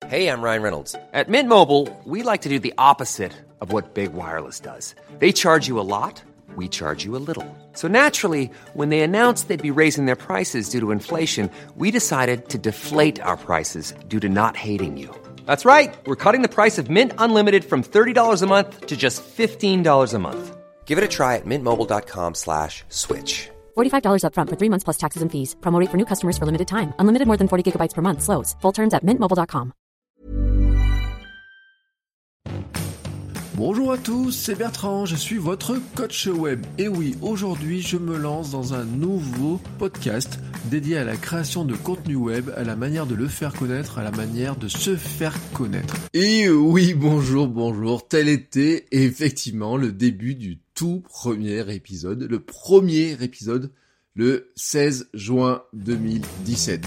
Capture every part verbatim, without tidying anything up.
Hey, I'm Ryan Reynolds. At Mint Mobile, we like to do the opposite of what Big Wireless does. They charge you a lot, we charge you a little. So naturally, when they announced they'd be raising their prices due to inflation, we decided to deflate our prices due to not hating you. That's right. We're cutting the price of Mint Unlimited from thirty dollars a month to just fifteen dollars a month. Give it a try at mintmobile.com slash switch. forty-five dollars up front for three months plus taxes and fees. Promo rate for new customers for limited time. Unlimited more than forty gigabytes per month. Slows full terms at mint mobile dot com. Bonjour à tous, c'est Bertrand, je suis votre coach web. Et oui, aujourd'hui je me lance dans un nouveau podcast dédié à la création de contenu web, à la manière de le faire connaître, à la manière de se faire connaître. Et oui, bonjour, bonjour, tel était effectivement le début du tout premier épisode, le premier épisode, le seize juin deux mille dix-sept.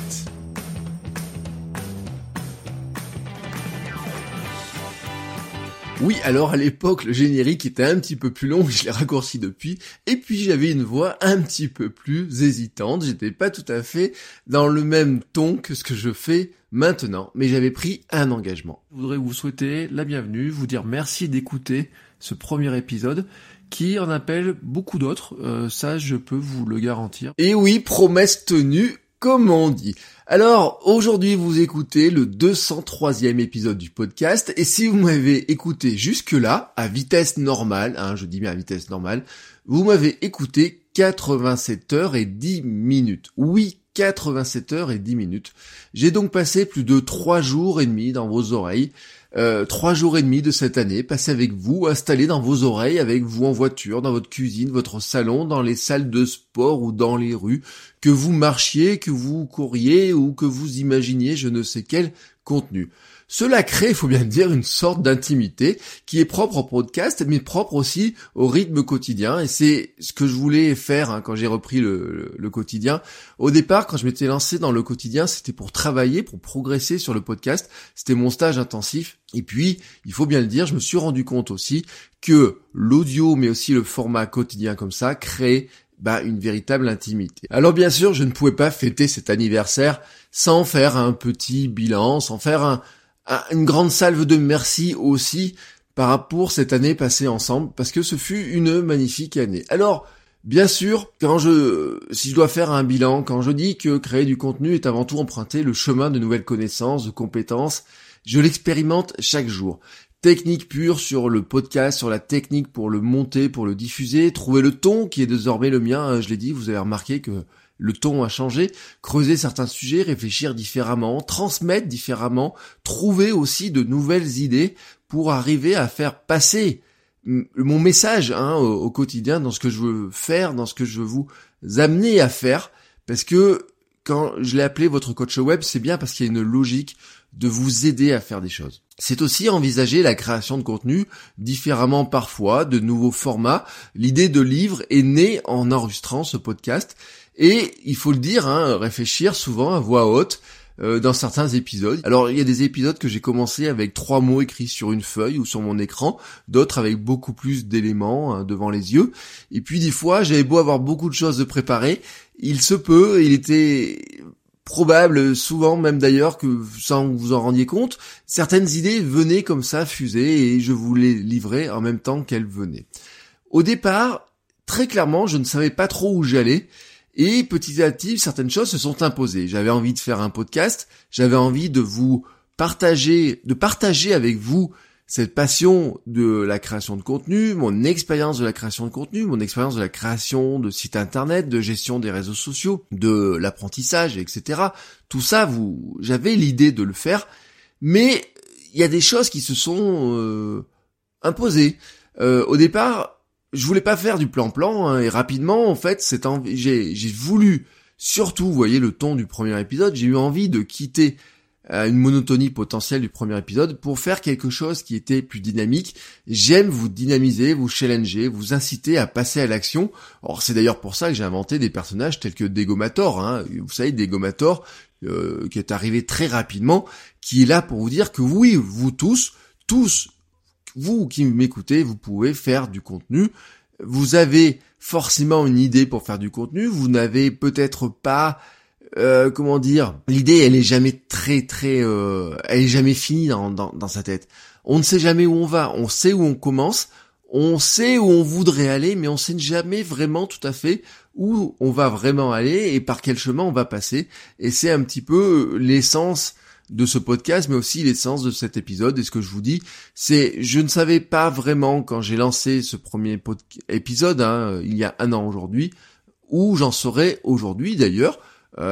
Oui, alors à l'époque, le générique était un petit peu plus long, je l'ai raccourci depuis, et puis j'avais une voix un petit peu plus hésitante, j'étais pas tout à fait dans le même ton que ce que je fais maintenant, mais j'avais pris un engagement. Je voudrais vous souhaiter la bienvenue, vous dire merci d'écouter ce premier épisode, qui en appelle beaucoup d'autres, euh, ça je peux vous le garantir. Et oui, promesse tenue, comme on dit. Alors, aujourd'hui, vous écoutez le deux cent troisième épisode du podcast, et si vous m'avez écouté jusque-là, à vitesse normale, hein, je dis bien à vitesse normale, vous m'avez écouté quatre-vingt-sept heures et dix minutes. Oui, quatre-vingt-sept heures et dix minutes. J'ai donc passé plus de trois jours et demi dans vos oreilles, euh, trois jours et demi de cette année, passé avec vous, installé dans vos oreilles, avec vous en voiture, dans votre cuisine, votre salon, dans les salles de sport ou dans les rues, que vous marchiez, que vous couriez ou que vous imaginiez je ne sais quel contenu. Cela crée, il faut bien le dire, une sorte d'intimité qui est propre au podcast, mais propre aussi au rythme quotidien. Et c'est ce que je voulais faire hein, quand j'ai repris le, le, le quotidien. Au départ, quand je m'étais lancé dans le quotidien, c'était pour travailler, pour progresser sur le podcast. C'était mon stage intensif. Et puis, il faut bien le dire, je me suis rendu compte aussi que l'audio, mais aussi le format quotidien comme ça, crée bah, une véritable intimité. Alors bien sûr, je ne pouvais pas fêter cet anniversaire sans faire un petit bilan, sans faire un une grande salve de merci aussi par rapport à cette année passée ensemble, parce que ce fut une magnifique année. Alors, bien sûr, quand je, si je dois faire un bilan, quand je dis que créer du contenu est avant tout emprunter le chemin de nouvelles connaissances, de compétences, je l'expérimente chaque jour. Technique pure sur le podcast, sur la technique pour le monter, pour le diffuser, trouver le ton qui est désormais le mien, je l'ai dit, vous avez remarqué que le ton a changé, creuser certains sujets, réfléchir différemment, transmettre différemment, trouver aussi de nouvelles idées pour arriver à faire passer mon message hein, au, au quotidien dans ce que je veux faire, dans ce que je veux vous amener à faire. Parce que quand je l'ai appelé votre coach web, c'est bien parce qu'il y a une logique de vous aider à faire des choses. C'est aussi envisager la création de contenu différemment parfois, de nouveaux formats. L'idée de livre est née en enregistrant ce podcast. Et il faut le dire, hein, réfléchir souvent à voix haute euh, dans certains épisodes. Alors il y a des épisodes que j'ai commencé avec trois mots écrits sur une feuille ou sur mon écran, d'autres avec beaucoup plus d'éléments hein, devant les yeux. Et puis des fois, j'avais beau avoir beaucoup de choses de préparer, il se peut, il était probable, souvent même d'ailleurs, que sans que vous en rendiez compte, certaines idées venaient comme ça fuser et je vous les livrais en même temps qu'elles venaient. Au départ, très clairement, je ne savais pas trop où j'allais. Et petit à petit, certaines choses se sont imposées. J'avais envie de faire un podcast, j'avais envie de vous partager, de partager avec vous cette passion de la création de contenu, mon expérience de la création de contenu, mon expérience de la création de sites internet, de gestion des réseaux sociaux, de l'apprentissage, et cetera. Tout ça, vous, j'avais l'idée de le faire, mais il y a des choses qui se sont euh, imposées. Euh, au départ, je voulais pas faire du plan-plan, hein, et rapidement, en fait, c'est envie, j'ai, j'ai voulu, surtout, vous voyez le ton du premier épisode, j'ai eu envie de quitter euh, une monotonie potentielle du premier épisode pour faire quelque chose qui était plus dynamique. J'aime vous dynamiser, vous challenger, vous inciter à passer à l'action. Alors, c'est d'ailleurs pour ça que j'ai inventé des personnages tels que Degomator, hein. Vous savez, Degomator, euh, qui est arrivé très rapidement, qui est là pour vous dire que oui, vous tous, tous, vous qui m'écoutez, vous pouvez faire du contenu. Vous avez forcément une idée pour faire du contenu. Vous n'avez peut-être pas euh, comment dire, l'idée elle est jamais très très, euh, elle est jamais finie dans, dans dans sa tête. On ne sait jamais où on va, on sait où on commence, on sait où on voudrait aller, mais on sait jamais vraiment tout à fait où on va vraiment aller et par quel chemin on va passer. Et c'est un petit peu l'essence de ce podcast, mais aussi l'essence de cet épisode. Et ce que je vous dis, c'est, je ne savais pas vraiment quand j'ai lancé ce premier pod- épisode, hein, il y a un an aujourd'hui, où j'en serais aujourd'hui d'ailleurs.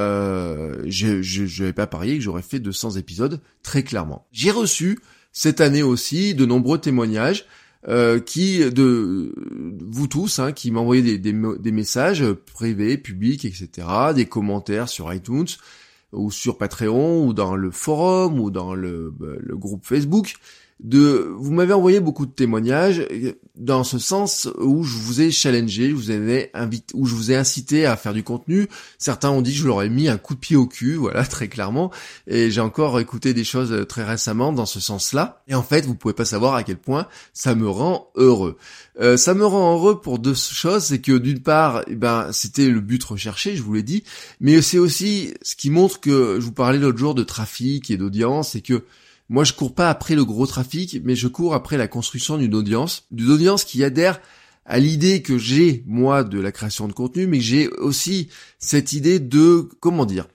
Euh, je, je, je n'avais pas parié que j'aurais fait deux cents épisodes, très clairement. J'ai reçu cette année aussi de nombreux témoignages euh, qui, de vous tous, hein, qui m'envoyaient des, des, des messages privés, publics, et cetera, des commentaires sur iTunes, ou sur Patreon, ou dans le forum, ou dans le, le groupe Facebook. De, vous m'avez envoyé beaucoup de témoignages dans ce sens où je vous ai challengé, je vous ai invité, où je vous ai incité à faire du contenu. Certains ont dit que je leur ai mis un coup de pied au cul, voilà, très clairement. Et j'ai encore écouté des choses très récemment dans ce sens-là. Et en fait, vous pouvez pas savoir à quel point ça me rend heureux. Euh, ça me rend heureux pour deux choses, c'est que d'une part, eh ben, c'était le but recherché, je vous l'ai dit, mais c'est aussi ce qui montre que, je vous parlais l'autre jour de trafic et d'audience, c'est que moi, je cours pas après le gros trafic, mais je cours après la construction d'une audience, d'une audience qui adhère à l'idée que j'ai, moi, de la création de contenu, mais que j'ai aussi cette idée de, comment dire,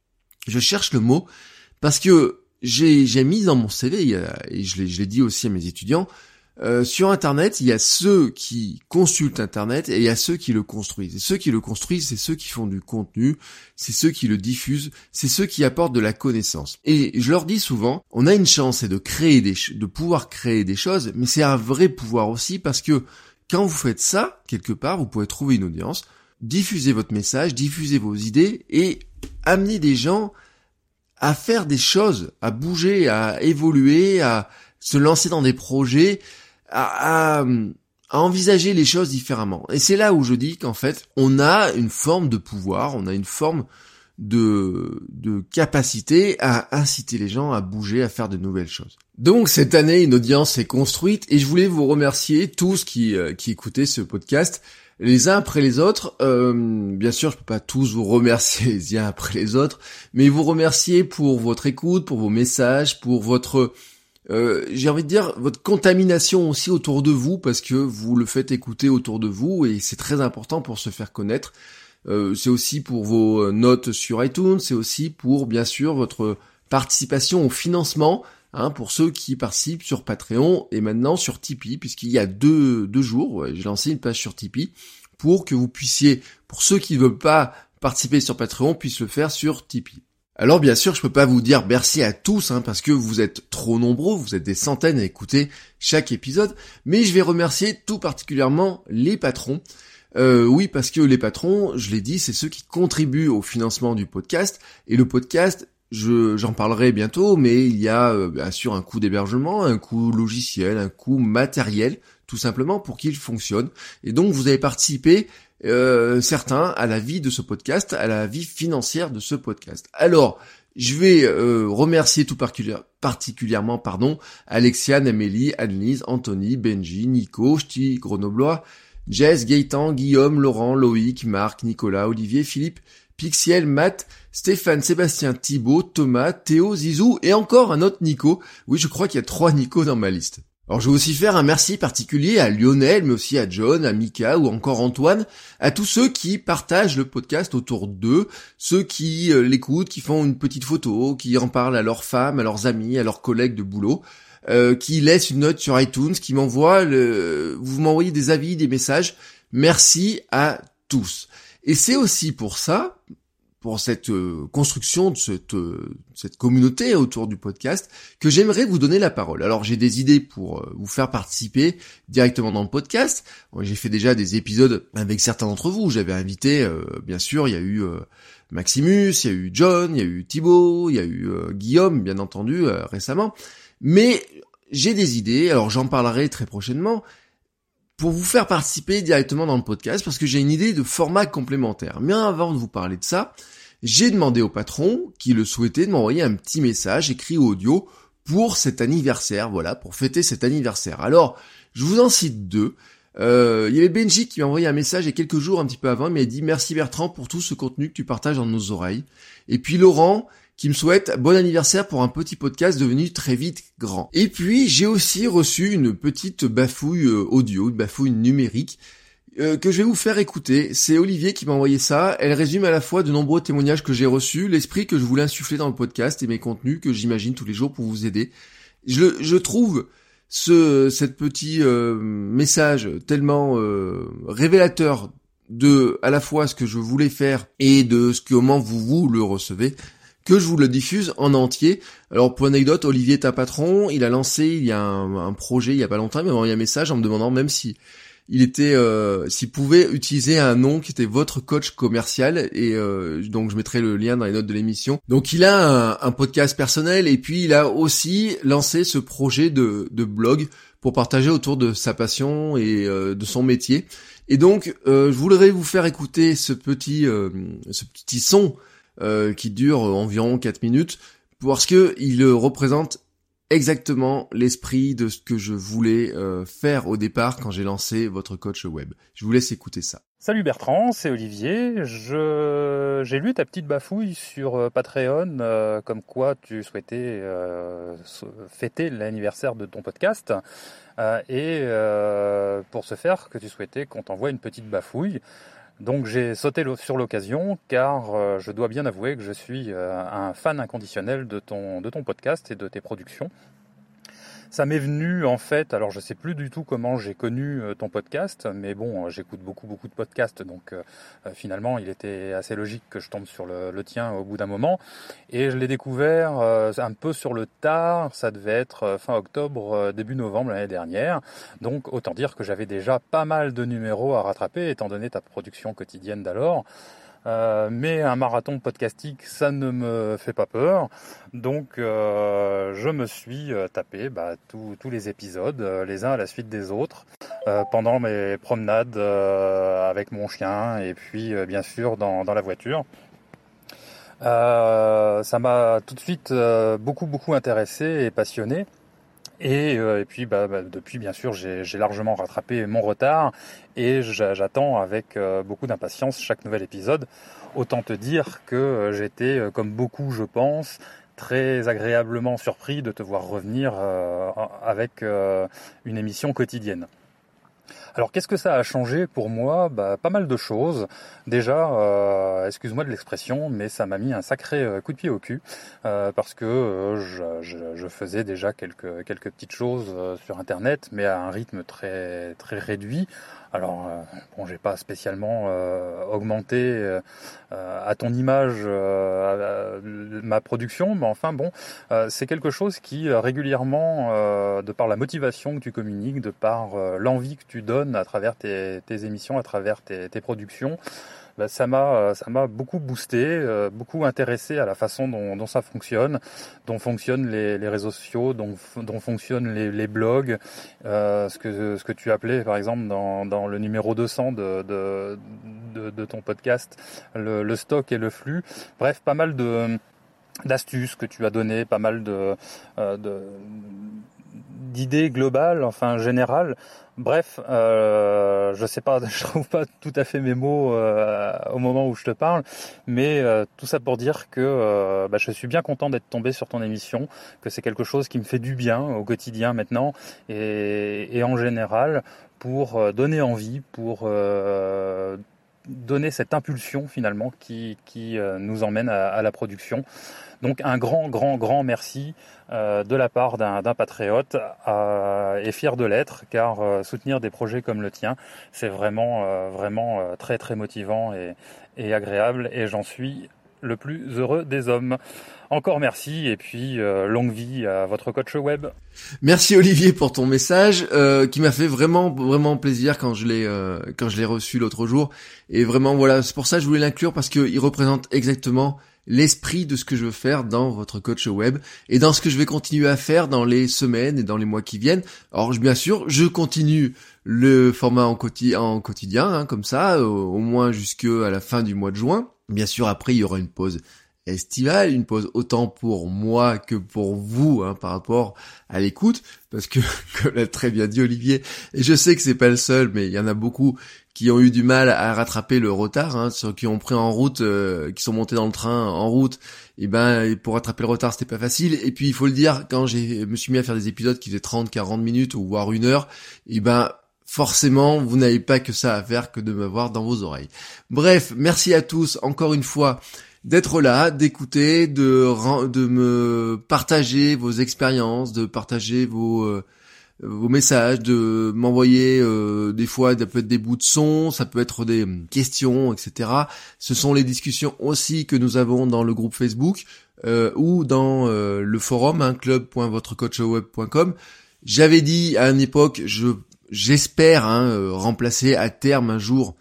je cherche le mot, parce que j'ai, j'ai mis dans mon C V, et je l'ai, je l'ai dit aussi à mes étudiants, Euh, sur Internet, il y a ceux qui consultent Internet et il y a ceux qui le construisent. Et ceux qui le construisent, c'est ceux qui font du contenu, c'est ceux qui le diffusent, c'est ceux qui apportent de la connaissance. Et je leur dis souvent, on a une chance, c'est de créer des, de pouvoir créer des choses, mais c'est un vrai pouvoir aussi parce que quand vous faites ça, quelque part, vous pouvez trouver une audience, diffuser votre message, diffuser vos idées et amener des gens à faire des choses, à bouger, à évoluer, à se lancer dans des projets, À, à, à envisager les choses différemment. Et c'est là où je dis qu'en fait, on a une forme de pouvoir, on a une forme de, de capacité à inciter les gens à bouger, à faire de nouvelles choses. Donc cette année, une audience est construite et je voulais vous remercier tous qui, euh, qui écoutez ce podcast les uns après les autres. Euh, bien sûr, je peux pas tous vous remercier les uns après les autres, mais vous remercier pour votre écoute, pour vos messages, pour votre... Euh, j'ai envie de dire votre contamination aussi autour de vous parce que vous le faites écouter autour de vous et c'est très important pour se faire connaître. Euh, c'est aussi pour vos notes sur iTunes, c'est aussi pour bien sûr votre participation au financement, hein, pour ceux qui participent sur Patreon et maintenant sur Tipeee puisqu'il y a deux, deux jours, ouais, j'ai lancé une page sur Tipeee pour que vous puissiez, pour ceux qui ne veulent pas participer sur Patreon, puissent le faire sur Tipeee. Alors bien sûr, je peux pas vous dire merci à tous, hein, parce que vous êtes trop nombreux, vous êtes des centaines à écouter chaque épisode, mais je vais remercier tout particulièrement les patrons. Euh, oui, parce que les patrons, je l'ai dit, c'est ceux qui contribuent au financement du podcast, et le podcast, je, j'en parlerai bientôt, mais il y a euh, bien sûr un coût d'hébergement, un coût logiciel, un coût matériel, tout simplement pour qu'il fonctionne, et donc vous avez participé Euh, certains à la vie de ce podcast, à la vie financière de ce podcast. Alors, je vais euh, remercier tout particulier, particulièrement pardon, Alexiane, Amélie, Annelise, Anthony, Benji, Nico, Ch'ti, Grenoblois, Jess, Gaëtan, Guillaume, Laurent, Loïc, Marc, Nicolas, Olivier, Philippe, Pixiel, Matt, Stéphane, Sébastien, Thibaut, Thomas, Théo, Zizou et encore un autre Nico. Oui, je crois qu'il y a trois Nico dans ma liste. Alors je vais aussi faire un merci particulier à Lionel, mais aussi à John, à Mika ou encore Antoine, à tous ceux qui partagent le podcast autour d'eux, ceux qui euh, l'écoutent, qui font une petite photo, qui en parlent à leurs femmes, à leurs amis, à leurs collègues de boulot, euh, qui laissent une note sur iTunes, qui m'envoient, le... vous m'envoyez des avis, des messages. Merci à tous. Et c'est aussi pour ça, pour cette euh, construction de cette, euh, cette communauté autour du podcast, que j'aimerais vous donner la parole. Alors j'ai des idées pour euh, vous faire participer directement dans le podcast. J'ai fait déjà des épisodes avec certains d'entre vous. J'avais invité, euh, bien sûr, il y a eu euh, Maximus, il y a eu John, il y a eu Thibaut, il y a eu euh, Guillaume, bien entendu, euh, récemment. Mais j'ai des idées, alors j'en parlerai très prochainement, pour vous faire participer directement dans le podcast, parce que j'ai une idée de format complémentaire. Mais avant de vous parler de ça, j'ai demandé au patron, qui le souhaitait, de m'envoyer un petit message écrit ou audio pour cet anniversaire, voilà, pour fêter cet anniversaire. Alors, je vous en cite deux. Euh, il y avait Benji qui m'a envoyé un message il y a quelques jours, un petit peu avant, il m'a dit « Merci Bertrand pour tout ce contenu que tu partages dans nos oreilles ». Et puis Laurent qui me souhaite bon anniversaire pour un petit podcast devenu très vite grand. Et puis j'ai aussi reçu une petite bafouille audio, une bafouille numérique, Euh, que je vais vous faire écouter. C'est Olivier qui m'a envoyé ça. Elle résume à la fois de nombreux témoignages que j'ai reçus, l'esprit que je voulais insuffler dans le podcast et mes contenus que j'imagine tous les jours pour vous aider. Je, je trouve ce cette petit euh, message tellement euh, révélateur de à la fois ce que je voulais faire et de ce comment vous vous le recevez, que je vous le diffuse en entier. Alors pour anecdote, Olivier est un patron, il a lancé il y a un, un projet il y a pas longtemps, il m'a envoyé un message en me demandant même si il était euh, s'il pouvait utiliser un nom qui était votre coach commercial, et euh, donc je mettrai le lien dans les notes de l'émission. Donc il a un, un podcast personnel et puis il a aussi lancé ce projet de, de blog pour partager autour de sa passion et euh, de son métier. Et donc euh, je voudrais vous faire écouter ce petit euh, ce petit son euh, qui dure environ quatre minutes parce que il représente exactement l'esprit de ce que je voulais euh, faire au départ quand j'ai lancé votre coach web. Je vous laisse écouter ça. Salut Bertrand, c'est Olivier. Je j'ai lu ta petite bafouille sur Patreon, euh, comme quoi tu souhaitais euh, fêter l'anniversaire de ton podcast, euh, et euh, pour ce faire que tu souhaitais qu'on t'envoie une petite bafouille. Donc j'ai sauté sur l'occasion car euh, je dois bien avouer que je suis euh, un fan inconditionnel de ton, de ton podcast et de tes productions. Ça m'est venu en fait, alors je sais plus du tout comment j'ai connu euh, ton podcast, mais bon, j'écoute beaucoup beaucoup de podcasts, donc euh, finalement il était assez logique que je tombe sur le, le tien au bout d'un moment. Et je l'ai découvert euh, un peu sur le tard, ça devait être euh, fin octobre, euh, début novembre l'année dernière. Donc autant dire que j'avais déjà pas mal de numéros à rattraper, étant donné ta production quotidienne d'alors. Euh, mais un marathon podcastique, ça ne me fait pas peur. Donc euh, je me suis euh, tapé bah, tous, tous les épisodes, euh, les uns à la suite des autres, euh, pendant mes promenades euh, avec mon chien et puis euh, bien sûr dans, dans la voiture. Euh, ça m'a tout de suite euh, beaucoup beaucoup intéressé et passionné. Et, euh, et puis bah, bah, depuis bien sûr j'ai, j'ai largement rattrapé mon retard et j'attends avec euh, beaucoup d'impatience chaque nouvel épisode. Autant te dire que euh, j'étais euh, comme beaucoup je pense très agréablement surpris de te voir revenir euh, avec euh, une émission quotidienne. Alors qu'est-ce que ça a changé pour moi ? Bah, pas mal de choses. Déjà, euh, excuse-moi de l'expression, mais ça m'a mis un sacré euh, coup de pied au cul euh, parce que euh, je, je, je faisais déjà quelques quelques petites choses euh, sur Internet, mais à un rythme très très réduit. Alors euh, bon, j'ai pas spécialement euh, augmenté euh, à ton image euh, ma production, mais enfin bon, euh, c'est quelque chose qui euh, régulièrement, euh, de par la motivation que tu communiques, de par euh, l'envie que tu donnes à travers tes, tes émissions, à travers tes, tes productions, bah, ça m'a ça m'a beaucoup boosté, euh, beaucoup intéressé à la façon dont, dont ça fonctionne, dont fonctionnent les, les réseaux sociaux, dont, dont fonctionnent les, les blogs, euh, ce que ce que tu appelais par exemple dans, dans le numéro deux cents de, de, de, de ton podcast, le, le stock et le flux. Bref, pas mal de d'astuces que tu as données, pas mal de, euh, de d'idées globales, enfin générales. Bref, euh, je sais pas, je trouve pas tout à fait mes mots euh, au moment où je te parle, mais euh, tout ça pour dire que euh, bah, je suis bien content d'être tombé sur ton émission, que c'est quelque chose qui me fait du bien au quotidien maintenant et, et en général pour euh, donner envie, pour euh, donner cette impulsion finalement qui, qui euh, nous emmène à, à la production. Donc un grand, grand, grand merci euh, de la part d'un, d'un patriote euh, et fier de l'être, car euh, soutenir des projets comme le tien, c'est vraiment, euh, vraiment euh, très, très motivant et, et agréable, et j'en suis le plus heureux des hommes. Encore merci, et puis euh, longue vie à votre coach web. Merci Olivier pour ton message euh, qui m'a fait vraiment vraiment plaisir quand je l'ai euh, quand je l'ai reçu l'autre jour, et vraiment voilà, c'est pour ça que je voulais l'inclure parce que il représente exactement l'esprit de ce que je veux faire dans votre coach web et dans ce que je vais continuer à faire dans les semaines et dans les mois qui viennent. Alors bien sûr, je continue le format en, quotidien, en quotidien, hein, comme ça, au, au moins jusqu'à la fin du mois de juin. Bien sûr, après, il y aura une pause estivale, une pause autant pour moi que pour vous, hein, par rapport à l'écoute, parce que, comme l'a très bien dit Olivier, et je sais que c'est pas le seul, mais il y en a beaucoup qui ont eu du mal à rattraper le retard, hein, ceux qui ont pris en route, euh, qui sont montés dans le train en route, et ben pour rattraper le retard c'était pas facile. Et puis il faut le dire, quand j'ai me suis mis à faire des épisodes qui faisaient trente, quarante minutes ou voire une heure, et ben forcément vous n'avez pas que ça à faire que de m'avoir dans vos oreilles. Bref, merci à tous encore une fois d'être là, d'écouter, de de me partager vos expériences, de partager vos euh, vos messages, de m'envoyer euh, des fois ça peut être des bouts de son, ça peut être des questions, et cetera. Ce sont les discussions aussi que nous avons dans le groupe Facebook euh, ou dans euh, le forum hein, club point votre coach web point com. J'avais dit à une époque, je j'espère hein, euh, remplacer à terme un jour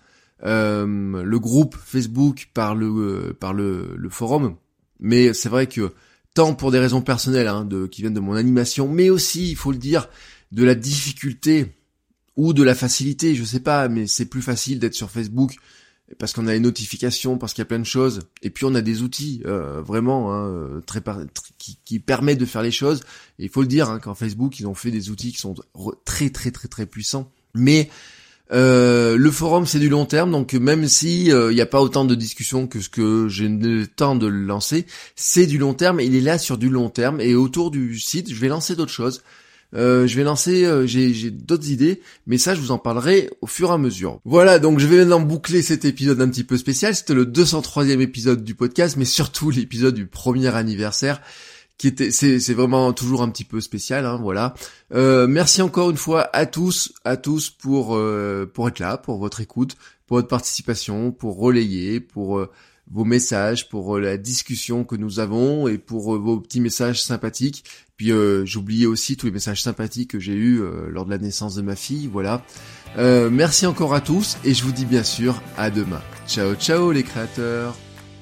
euh, le groupe Facebook par le euh, par le, le forum, mais c'est vrai que tant pour des raisons personnelles hein, de qui viennent de mon animation, mais aussi il faut le dire de la difficulté ou de la facilité, je sais pas, mais c'est plus facile d'être sur Facebook parce qu'on a les notifications, parce qu'il y a plein de choses, et puis on a des outils euh, vraiment hein, très, très qui, qui permettent de faire les choses. Et il faut le dire hein, qu'en Facebook ils ont fait des outils qui sont très très très très puissants. Mais euh, le forum c'est du long terme, donc même si il euh, n'y a pas autant de discussions que ce que j'ai le temps de le lancer, c'est du long terme. Il est là sur du long terme, et autour du site je vais lancer d'autres choses. Euh, je vais lancer, euh, j'ai, j'ai d'autres idées, mais ça je vous en parlerai au fur et à mesure. Voilà, donc je vais maintenant boucler cet épisode un petit peu spécial. C'était le deux cent troisième épisode du podcast, mais surtout l'épisode du premier anniversaire, qui était, c'est, c'est vraiment toujours un petit peu spécial, hein, voilà. Euh, merci encore une fois à tous, à tous pour euh, pour être là, pour votre écoute, pour votre participation, pour relayer, pour euh, vos messages, pour euh, la discussion que nous avons et pour euh, vos petits messages sympathiques. Puis euh, j'oubliais aussi tous les messages sympathiques que j'ai eus euh, lors de la naissance de ma fille, voilà. Euh, merci encore à tous et je vous dis bien sûr à demain. Ciao ciao les créateurs.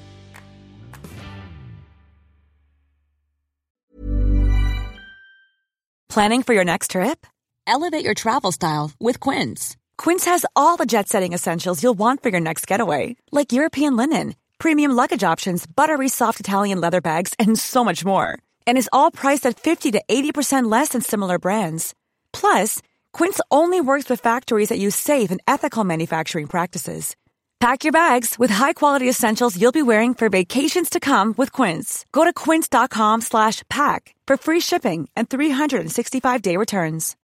Planning for your next trip? Elevate your travel style with Quince. Quince has all the jet-setting essentials you'll want for your next getaway, like European linen, premium luggage options, buttery soft Italian leather bags, and so much more. And is all priced at fifty to eighty percent less than similar brands. Plus, Quince only works with factories that use safe and ethical manufacturing practices. Pack your bags with high-quality essentials you'll be wearing for vacations to come with Quince. Go to quince dot com slash pack for free shipping and three sixty-five day returns.